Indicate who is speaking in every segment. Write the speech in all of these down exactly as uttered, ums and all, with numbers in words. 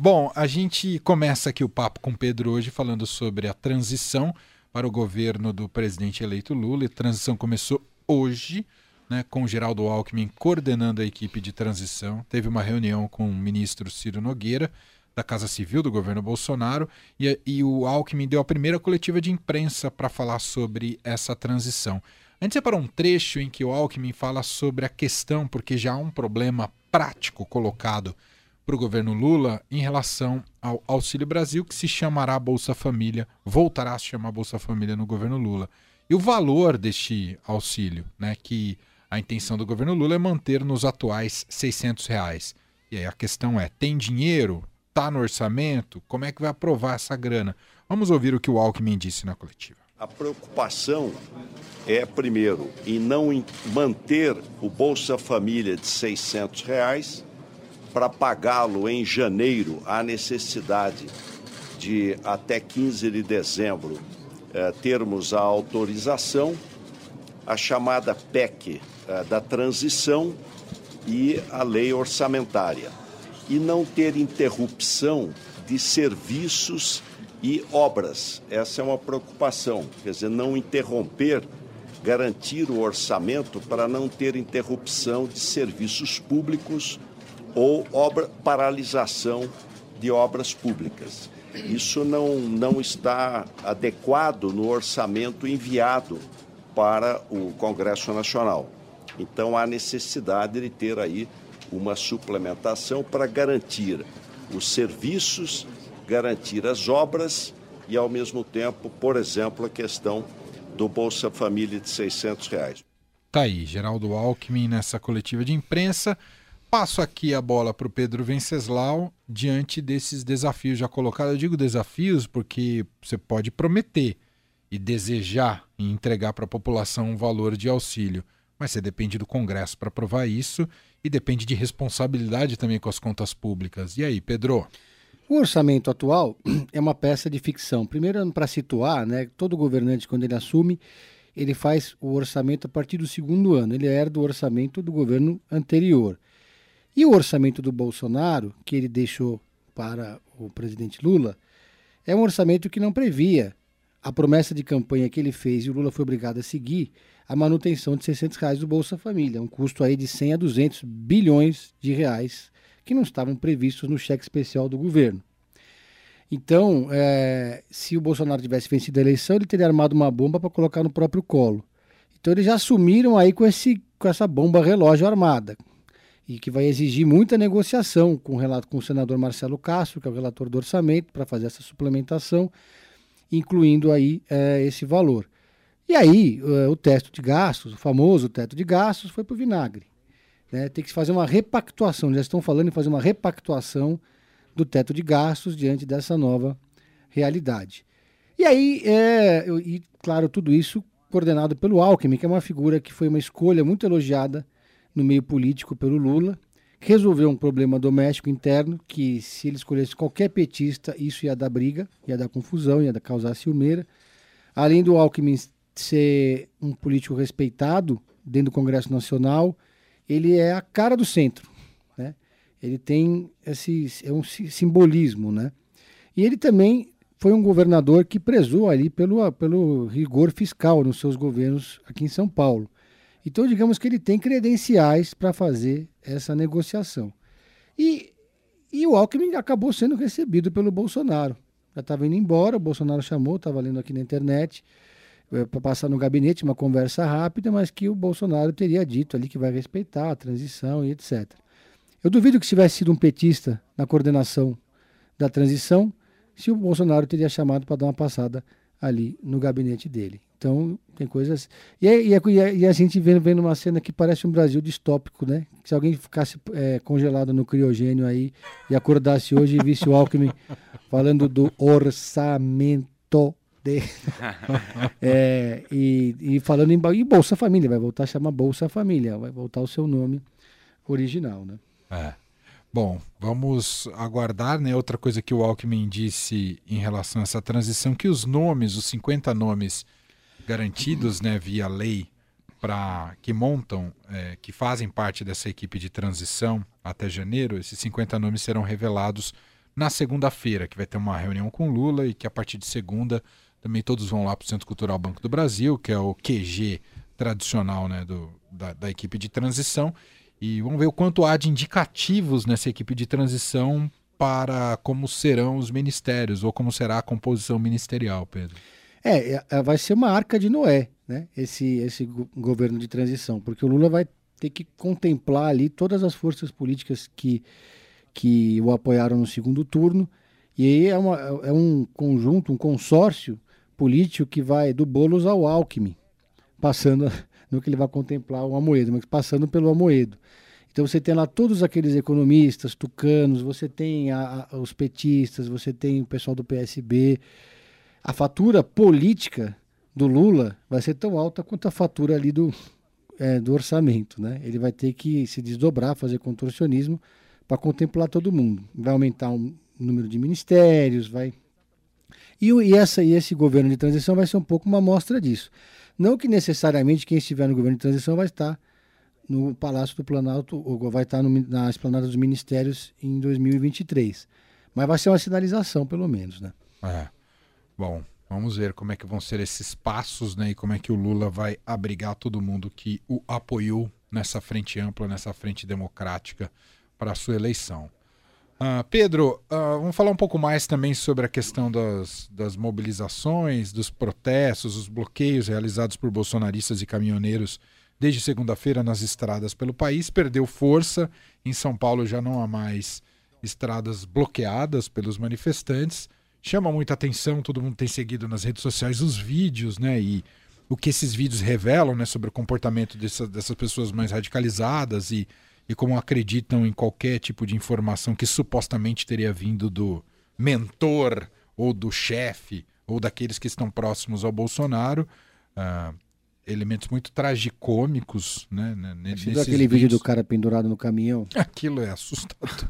Speaker 1: Bom, a gente começa aqui o papo com o Pedro hoje falando sobre a transição para o governo do presidente eleito Lula. E a transição começou hoje, né, com o Geraldo Alckmin coordenando a equipe de transição. Teve uma reunião com o ministro Ciro Nogueira, da Casa Civil do governo Bolsonaro, e, e o Alckmin deu a primeira coletiva de imprensa para falar sobre essa transição. A gente separou um trecho em que o Alckmin fala sobre a questão, porque já há um problema prático colocado para o governo Lula em relação ao Auxílio Brasil, que se chamará Bolsa Família, voltará a se chamar Bolsa Família no governo Lula. E o valor deste auxílio, né, que a intenção do governo Lula é manter nos atuais seiscentos reais. E aí a questão é, tem dinheiro? Está no orçamento? Como é que vai aprovar essa grana? Vamos ouvir o que o Alckmin disse na coletiva.
Speaker 2: A preocupação é, primeiro, em não manter o Bolsa Família de seiscentos reais para pagá-lo em janeiro. Há necessidade de, até quinze de dezembro, eh, termos a autorização, a chamada P E C eh, da transição e a lei orçamentária. E não ter interrupção de serviços e obras. Essa é uma preocupação, quer dizer, não interromper, garantir o orçamento para não ter interrupção de serviços públicos ou obra, paralisação de obras públicas. Isso não, não está adequado no orçamento enviado para o Congresso Nacional. Então, há necessidade de ter aí uma suplementação para garantir os serviços, garantir as obras e, ao mesmo tempo, por exemplo, a questão do Bolsa Família de seiscentos reais.
Speaker 1: Tá aí, Geraldo Alckmin nessa coletiva de imprensa. Passo aqui a bola para o Pedro Venceslau diante desses desafios já colocados. Eu digo desafios porque você pode prometer e desejar e entregar para a população um valor de auxílio, mas você depende do Congresso para aprovar isso e depende de responsabilidade também com as contas públicas. E aí, Pedro?
Speaker 3: O orçamento atual é uma peça de ficção. Primeiro, para situar, né, todo governante, quando ele assume, ele faz o orçamento a partir do segundo ano. Ele herda o orçamento do governo anterior. E o orçamento do Bolsonaro, que ele deixou para o presidente Lula, é um orçamento que não previa a promessa de campanha que ele fez e o Lula foi obrigado a seguir, a manutenção de seiscentos reais do Bolsa Família, um custo aí de cem a duzentos bilhões de reais que não estavam previstos no cheque especial do governo. Então, é, se o Bolsonaro tivesse vencido a eleição, ele teria armado uma bomba para colocar no próprio colo. Então eles já assumiram aí com, esse, com essa bomba relógio armada, e que vai exigir muita negociação com o, relato, com o senador Marcelo Castro, que é o relator do orçamento, para fazer essa suplementação, incluindo aí é, esse valor. E aí, o teto de gastos, o famoso teto de gastos, foi para o vinagre. Né? Tem que se fazer uma repactuação, já estão falando em fazer uma repactuação do teto de gastos diante dessa nova realidade. E aí, é, e, claro, tudo isso coordenado pelo Alckmin, que é uma figura que foi uma escolha muito elogiada no meio político pelo Lula, que resolveu um problema doméstico interno, que se ele escolhesse qualquer petista, isso ia dar briga, ia dar confusão, ia causar ciumeira. Além do Alckmin ser um político respeitado dentro do Congresso Nacional, ele é a cara do centro, né? Ele tem esse é um simbolismo, né? E ele também foi um governador que prezou ali pelo, pelo rigor fiscal nos seus governos aqui em São Paulo. Então, digamos que ele tem credenciais para fazer essa negociação. E, e o Alckmin acabou sendo recebido pelo Bolsonaro. Já estava indo embora, o Bolsonaro chamou, estava lendo aqui na internet, para passar no gabinete, uma conversa rápida, mas que o Bolsonaro teria dito ali que vai respeitar a transição e etcétera. Eu duvido que se tivesse sido um petista na coordenação da transição, se o Bolsonaro teria chamado para dar uma passada ali no gabinete dele. Então, tem coisas... E, e, e a gente vendo, vendo uma cena que parece um Brasil distópico, né? Se alguém ficasse é, congelado no criogênio aí e acordasse hoje e visse o Alckmin falando do orçamento de... é, e, e falando em e Bolsa Família, vai voltar a chamar Bolsa Família, vai voltar o seu nome original, né?
Speaker 1: É. Bom, vamos aguardar, né? Outra coisa que o Alckmin disse em relação a essa transição, que os nomes, os cinquenta nomes garantidos, né, via lei, para que montam, é, que fazem parte dessa equipe de transição até janeiro, esses cinquenta nomes serão revelados na segunda-feira, que vai ter uma reunião com Lula e que a partir de segunda também todos vão lá para o Centro Cultural Banco do Brasil, que é o Q G tradicional, né, do, da, da equipe de transição. E vamos ver o quanto há de indicativos nessa equipe de transição para como serão os ministérios ou como será a composição ministerial, Pedro.
Speaker 3: É, vai ser uma arca de Noé, né? Esse, esse governo de transição, porque o Lula vai ter que contemplar ali todas as forças políticas que, que o apoiaram no segundo turno, e aí é, uma, é um conjunto, um consórcio político que vai do Boulos ao Alckmin, passando no que ele vai contemplar o Amoedo, mas passando pelo Amoedo. Então você tem lá todos aqueles economistas, tucanos, você tem a, a, os petistas, você tem o pessoal do P S B. A fatura política do Lula vai ser tão alta quanto a fatura ali do, é, do orçamento, né? Ele vai ter que se desdobrar, fazer contorcionismo para contemplar todo mundo. Vai aumentar o número de ministérios, vai... E, e, essa, e esse governo de transição vai ser um pouco uma amostra disso. Não que necessariamente quem estiver no governo de transição vai estar no Palácio do Planalto, ou vai estar no, na esplanada dos ministérios em dois mil e vinte e três. Mas vai ser uma sinalização, pelo menos, né?
Speaker 1: É. Bom, vamos ver como é que vão ser esses passos, né? E como é que o Lula vai abrigar todo mundo que o apoiou nessa frente ampla, nessa frente democrática para a sua eleição. Uh, Pedro, uh, vamos falar um pouco mais também sobre a questão das, das mobilizações, dos protestos, os bloqueios realizados por bolsonaristas e caminhoneiros desde segunda-feira nas estradas pelo país. Perdeu força. Em São Paulo já não há mais estradas bloqueadas pelos manifestantes. Chama muita atenção, todo mundo tem seguido nas redes sociais os vídeos, né? E o que esses vídeos revelam, né, sobre o comportamento dessa, dessas pessoas mais radicalizadas e, e como acreditam em qualquer tipo de informação que supostamente teria vindo do mentor ou do chefe ou daqueles que estão próximos ao Bolsonaro. Ah, elementos muito tragicômicos, né?
Speaker 3: Você viu aquele vídeos. vídeo do cara pendurado no caminhão?
Speaker 1: Aquilo é assustador.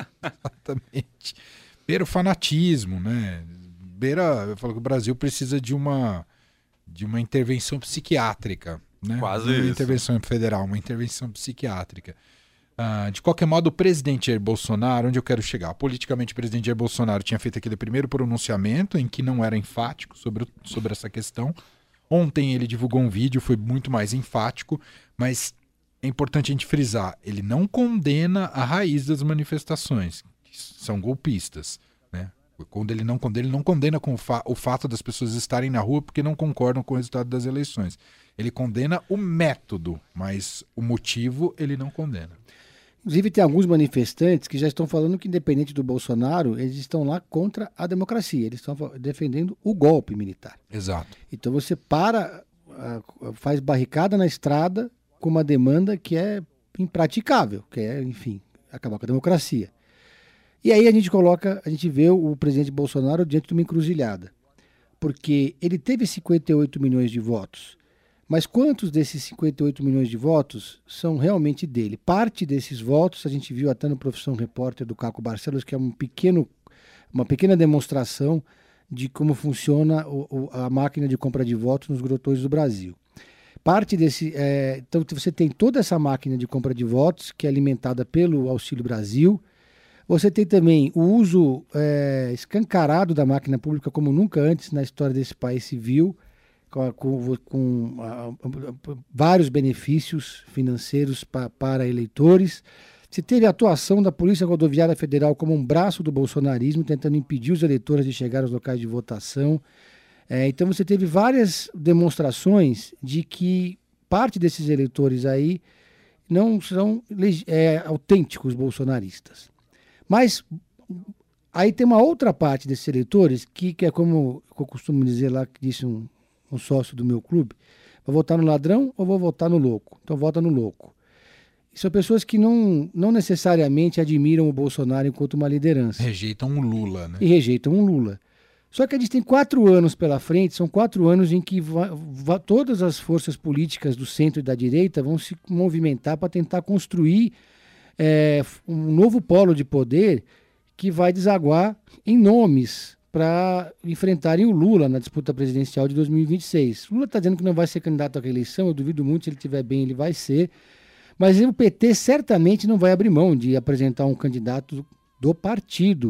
Speaker 1: Exatamente. Beira o fanatismo, né? Beira, eu falo que o Brasil precisa de uma, de uma intervenção psiquiátrica, né?
Speaker 4: Quase
Speaker 1: Não uma
Speaker 4: isso.
Speaker 1: intervenção federal, uma intervenção psiquiátrica. Ah, de qualquer modo, o presidente Jair Bolsonaro, onde eu quero chegar? Politicamente, o presidente Jair Bolsonaro tinha feito aquele primeiro pronunciamento em que não era enfático sobre, o, sobre essa questão. Ontem ele divulgou um vídeo, foi muito mais enfático, mas é importante a gente frisar, ele não condena a raiz das manifestações, que são golpistas, né? Quando ele não condena, ele não condena com o, fa- o fato das pessoas estarem na rua porque não concordam com o resultado das eleições. Ele condena o método, mas o motivo ele não condena.
Speaker 3: Inclusive tem alguns manifestantes que já estão falando que, independente do Bolsonaro, eles estão lá contra a democracia, eles estão defendendo o golpe militar.
Speaker 1: Exato.
Speaker 3: Então você para, faz barricada na estrada com uma demanda que é impraticável, que é, enfim, acabar com a democracia. E aí a gente coloca, a gente vê o presidente Bolsonaro diante de uma encruzilhada, porque ele teve cinquenta e oito milhões de votos. Mas quantos desses cinquenta e oito milhões de votos são realmente dele? Parte desses votos, a gente viu até no Profissão Repórter do Caco Barcelos, que é um pequeno, uma pequena demonstração de como funciona o, o, a máquina de compra de votos nos grotões do Brasil. Parte desse, é, então você tem toda essa máquina de compra de votos, que é alimentada pelo Auxílio Brasil. Você tem também o uso é, escancarado da máquina pública, como nunca antes na história desse país se viu, com, com, com a, a, vários benefícios financeiros pa, para eleitores. Você teve a atuação da Polícia Rodoviária Federal como um braço do bolsonarismo, tentando impedir os eleitores de chegar aos locais de votação. É, então você teve várias demonstrações de que parte desses eleitores aí não são é, autênticos bolsonaristas. Mas aí tem uma outra parte desses eleitores que, que é como eu costumo dizer lá, que disse um, um sócio do meu clube, vou votar no ladrão ou vou votar no louco? Então vota no louco. E são pessoas que não, não necessariamente admiram o Bolsonaro enquanto uma liderança.
Speaker 1: Rejeitam o Lula, né?
Speaker 3: E rejeitam o Lula. Só que a gente tem quatro anos pela frente, são quatro anos em que va, va, todas as forças políticas do centro e da direita vão se movimentar para tentar construir É, um novo polo de poder que vai desaguar em nomes para enfrentarem o Lula na disputa presidencial de dois mil e vinte e seis. Lula está dizendo que não vai ser candidato à reeleição, eu duvido muito, se ele estiver bem ele vai ser, mas o P T certamente não vai abrir mão de apresentar um candidato do partido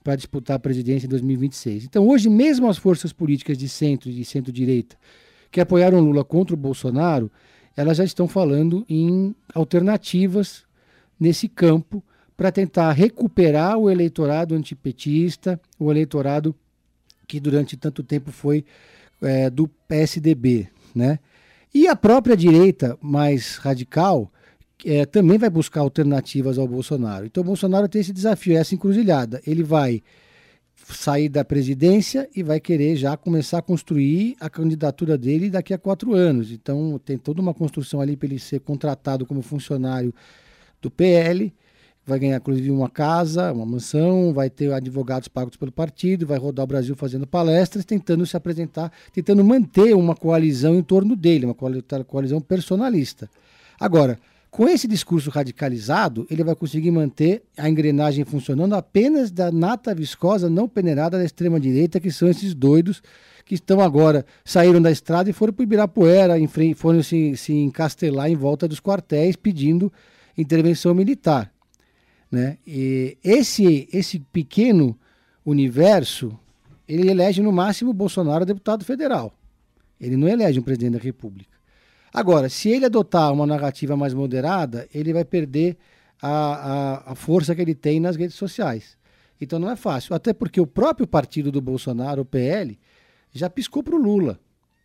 Speaker 3: para disputar a presidência em dois mil e vinte e seis. Então, hoje, mesmo as forças políticas de centro e de centro-direita que apoiaram Lula contra o Bolsonaro, elas já estão falando em alternativas nesse campo para tentar recuperar o eleitorado antipetista, o eleitorado que durante tanto tempo foi é, do P S D B, né? E a própria direita mais radical é, também vai buscar alternativas ao Bolsonaro. Então o Bolsonaro tem esse desafio, essa encruzilhada. Ele vai sair da presidência e vai querer já começar a construir a candidatura dele daqui a quatro anos. Então tem toda uma construção ali para ele ser contratado como funcionário do P L, vai ganhar inclusive uma casa, uma mansão, vai ter advogados pagos pelo partido, vai rodar o Brasil fazendo palestras, tentando se apresentar, tentando manter uma coalizão em torno dele, uma coalizão personalista. Agora, com esse discurso radicalizado, ele vai conseguir manter a engrenagem funcionando apenas da nata viscosa não peneirada da extrema-direita, que são esses doidos que estão agora, saíram da estrada e foram para o Ibirapuera, foram se, se encastelar em volta dos quartéis pedindo intervenção militar. Né? E esse, esse pequeno universo, ele elege no máximo Bolsonaro deputado federal. Ele não elege um presidente da República. Agora, se ele adotar uma narrativa mais moderada, ele vai perder a, a, a força que ele tem nas redes sociais. Então não é fácil. Até porque o próprio partido do Bolsonaro, o P L, já piscou para o Lula.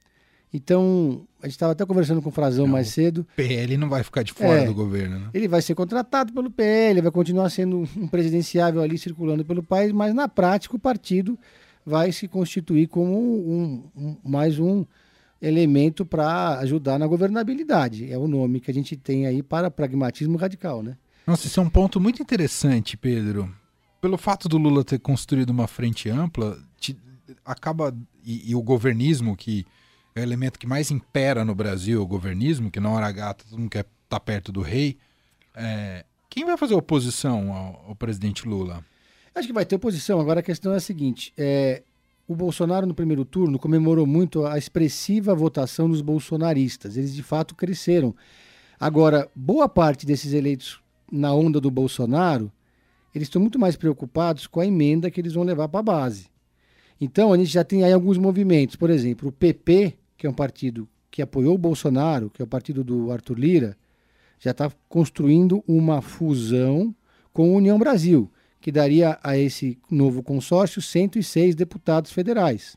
Speaker 3: Então, a gente estava até conversando com o Frazão não, mais cedo.
Speaker 1: O P L não vai ficar de fora
Speaker 3: é,
Speaker 1: do governo, né?
Speaker 3: Ele vai ser contratado pelo P L, vai continuar sendo um presidenciável ali circulando pelo país, mas na prática o partido vai se constituir como um, um, mais um elemento para ajudar na governabilidade. É o nome que a gente tem aí para pragmatismo radical, né?
Speaker 1: Nossa, esse é um ponto muito interessante, Pedro. Pelo fato do Lula ter construído uma frente ampla, te, acaba e, e o governismo, que é o elemento que mais impera no Brasil, o governismo, que na hora H todo mundo quer estar perto do rei. É, quem vai fazer oposição ao, ao presidente Lula?
Speaker 3: Acho que vai ter oposição. Agora a questão é a seguinte, é, o Bolsonaro no primeiro turno comemorou muito a expressiva votação dos bolsonaristas. Eles de fato cresceram. Agora, boa parte desses eleitos na onda do Bolsonaro, eles estão muito mais preocupados com a emenda que eles vão levar para a base. Então a gente já tem aí alguns movimentos. Por exemplo, o P P, que é um partido que apoiou o Bolsonaro, que é o partido do Arthur Lira, já está construindo uma fusão com a União Brasil, que daria a esse novo consórcio cento e seis deputados federais.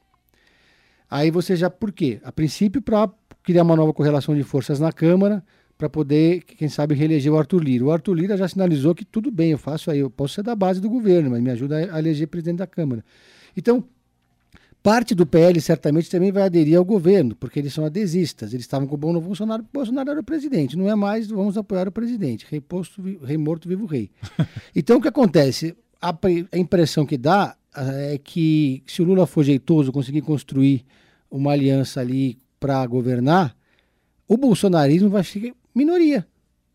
Speaker 3: Aí você já, por quê? A princípio, para criar uma nova correlação de forças na Câmara, para poder, quem sabe, reeleger o Arthur Lira. O Arthur Lira já sinalizou que tudo bem, eu faço aí, eu posso ser da base do governo, mas me ajuda a eleger presidente da Câmara. Então, parte do P L certamente também vai aderir ao governo, porque eles são adesistas. Eles estavam com o bom no Bolsonaro, porque o Bolsonaro era o presidente. Não é mais, vamos apoiar o presidente. Rei posto, rei morto, vivo rei. Então, o que acontece? A, a impressão que dá é que se o Lula for jeitoso, conseguir construir uma aliança ali para governar, o bolsonarismo vai ficar minoria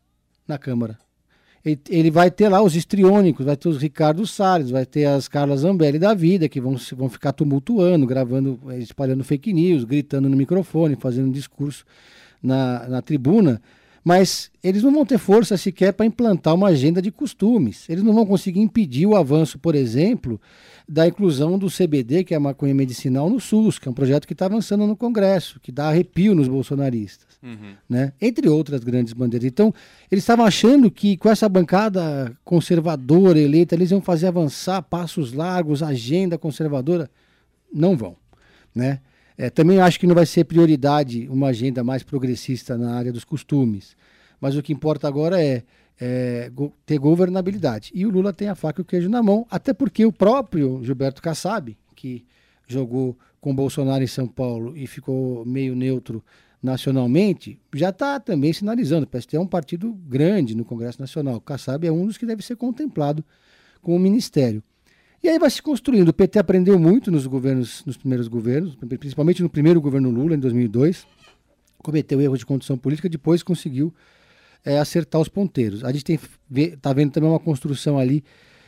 Speaker 3: na Câmara. Ele, ele vai ter lá os histriônicos, vai ter os Ricardo Salles, vai ter as Carla Zambelli da vida, que vão, vão ficar tumultuando, gravando, espalhando fake news, gritando no microfone, fazendo discurso na, na tribuna, mas eles não vão ter força sequer para implantar uma agenda de costumes. Eles não vão conseguir impedir o avanço, por exemplo, da inclusão do C B D, que é a maconha medicinal, no SUS, que é um projeto que está avançando no Congresso, que dá arrepio nos bolsonaristas, uhum. né? Entre outras grandes bandeiras. Então, eles estavam achando que com essa bancada conservadora eleita, eles iam fazer avançar passos largos, agenda conservadora. Não vão, né? É, também acho que não vai ser prioridade uma agenda mais progressista na área dos costumes. Mas o que importa agora é, é go- ter governabilidade. E o Lula tem a faca e o queijo na mão, até porque o próprio Gilberto Kassab, que jogou com o Bolsonaro em São Paulo e ficou meio neutro nacionalmente, já está também sinalizando. O P S D é um partido grande no Congresso Nacional. O Kassab é um dos que deve ser contemplado com o ministério. E aí vai se construindo. O P T aprendeu muito nos governos, nos primeiros governos, principalmente no primeiro governo Lula, em dois mil e dois. Cometeu erro de condução política, depois conseguiu é, acertar os ponteiros. A gente está vendo também uma construção ali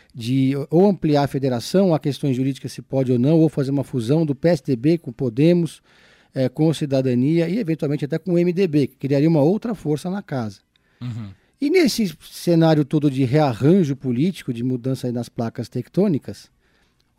Speaker 3: de ou ampliar a federação, a questões jurídicas se pode ou não, ou fazer uma fusão do P S D B com Podemos, é, com a Cidadania e eventualmente até com o M D B, que criaria uma outra força na casa. Uhum. E nesse cenário todo de rearranjo político, de mudança aí nas placas tectônicas,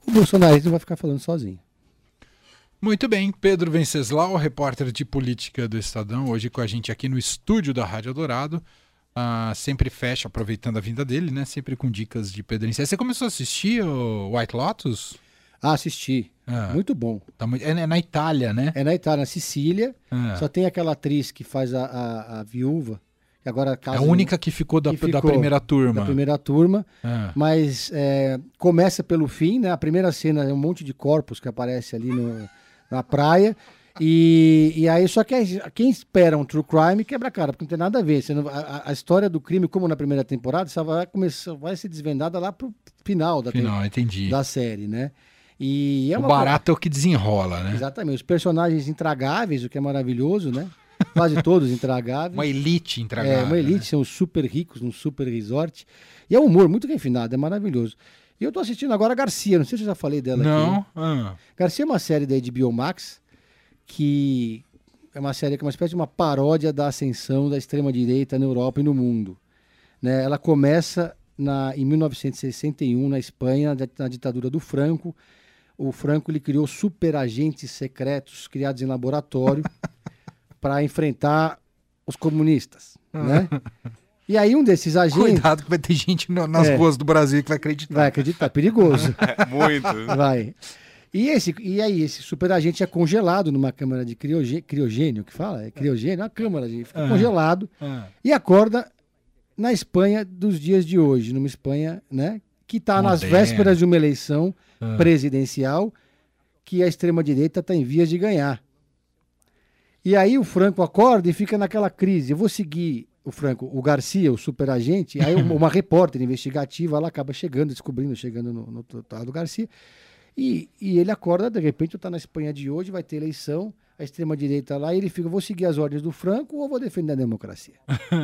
Speaker 3: o bolsonarismo vai ficar falando sozinho.
Speaker 1: Muito bem, Pedro Venceslau, repórter de política do Estadão, hoje com a gente aqui no estúdio da Rádio Eldorado. Uh, sempre fecha, aproveitando a vinda dele, né? Sempre com dicas de Pedro Venceslau. Você começou a assistir o White Lotus?
Speaker 3: Ah, assisti. Ah, muito bom.
Speaker 1: Tá muito... É na Itália, né?
Speaker 3: É na Itália, na Sicília.
Speaker 1: Ah.
Speaker 3: Só tem aquela atriz que faz a, a, a viúva. Que agora casa
Speaker 1: é a única que ficou da, que ficou da primeira turma.
Speaker 3: Da primeira turma.
Speaker 1: Ah.
Speaker 3: Mas é, começa pelo fim, né? A primeira cena é um monte de corpos que aparece ali no, na praia. E, e aí, só que quem espera um true crime quebra a cara, porque não tem nada a ver. Você não, a, a história do crime, como na primeira temporada, só vai, começar, vai ser desvendada lá pro final da,
Speaker 1: final, entendi.
Speaker 3: da série, né? E é
Speaker 1: o
Speaker 3: uma...
Speaker 1: barato é o que desenrola, né?
Speaker 3: Exatamente. Os personagens intragáveis, o que é maravilhoso, né? Quase todos intragáveis.
Speaker 1: Uma elite intragável.
Speaker 3: É, uma elite, né? São os super ricos num super resort. E é um humor muito refinado, é maravilhoso. E eu tô assistindo agora a Garcia, não sei se eu já falei dela
Speaker 1: não.
Speaker 3: aqui.
Speaker 1: Não. Ah.
Speaker 3: Garcia é uma série da H B O Max, que é uma série que é uma espécie de uma paródia da ascensão da extrema-direita na Europa e no mundo. Né? Ela começa na, em mil novecentos e sessenta e um, na Espanha, na ditadura do Franco. O Franco ele criou superagentes secretos criados em laboratório para enfrentar os comunistas. Né? E aí um desses agentes...
Speaker 1: Cuidado que vai ter gente no, nas é, ruas do Brasil que vai acreditar.
Speaker 3: Vai acreditar, perigoso.
Speaker 4: Muito.
Speaker 3: Vai. E, esse, e aí, esse superagente é congelado numa câmara de criogê, criogênio, que fala? É criogênio, uma câmara, de, fica ah, congelado ah. e acorda na Espanha dos dias de hoje, numa Espanha, né, que está nas vésperas de uma eleição ah. presidencial que a extrema-direita está em vias de ganhar. E aí o Franco acorda e fica naquela crise. Eu vou seguir o Franco, o Garcia, o superagente, aí uma repórter investigativa lá acaba chegando, descobrindo, chegando no, no total do Garcia. E, e ele acorda, de repente, está na Espanha de hoje, vai ter eleição, a extrema-direita lá, e ele fica, vou seguir as ordens do Franco ou vou defender a democracia?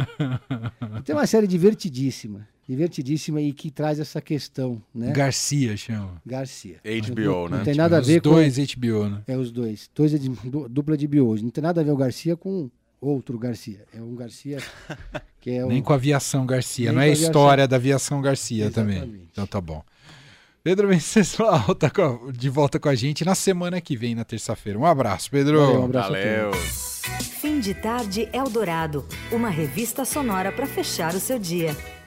Speaker 3: Tem uma série divertidíssima, divertidíssima e que traz essa questão, né?
Speaker 1: Garcia chama.
Speaker 3: Garcia.
Speaker 4: H B O,
Speaker 3: não,
Speaker 4: né?
Speaker 3: Não tem nada a ver
Speaker 1: os
Speaker 3: com...
Speaker 1: Os dois H B O, né?
Speaker 3: É, os dois. Dois é de, dupla de H B O. Não tem nada a ver o Garcia com outro Garcia. É um Garcia que é um...
Speaker 1: Nem com a aviação Garcia,
Speaker 3: Nem
Speaker 1: não é a
Speaker 3: aviação.
Speaker 1: história da aviação Garcia. Exatamente. Também. Então tá bom. Pedro Venceslau tá de volta com a gente na semana que vem, na terça-feira. Um abraço, Pedro.
Speaker 3: Valeu, um abraço.
Speaker 4: Valeu.
Speaker 5: Fim de Tarde Eldorado, uma revista sonora para fechar o seu dia.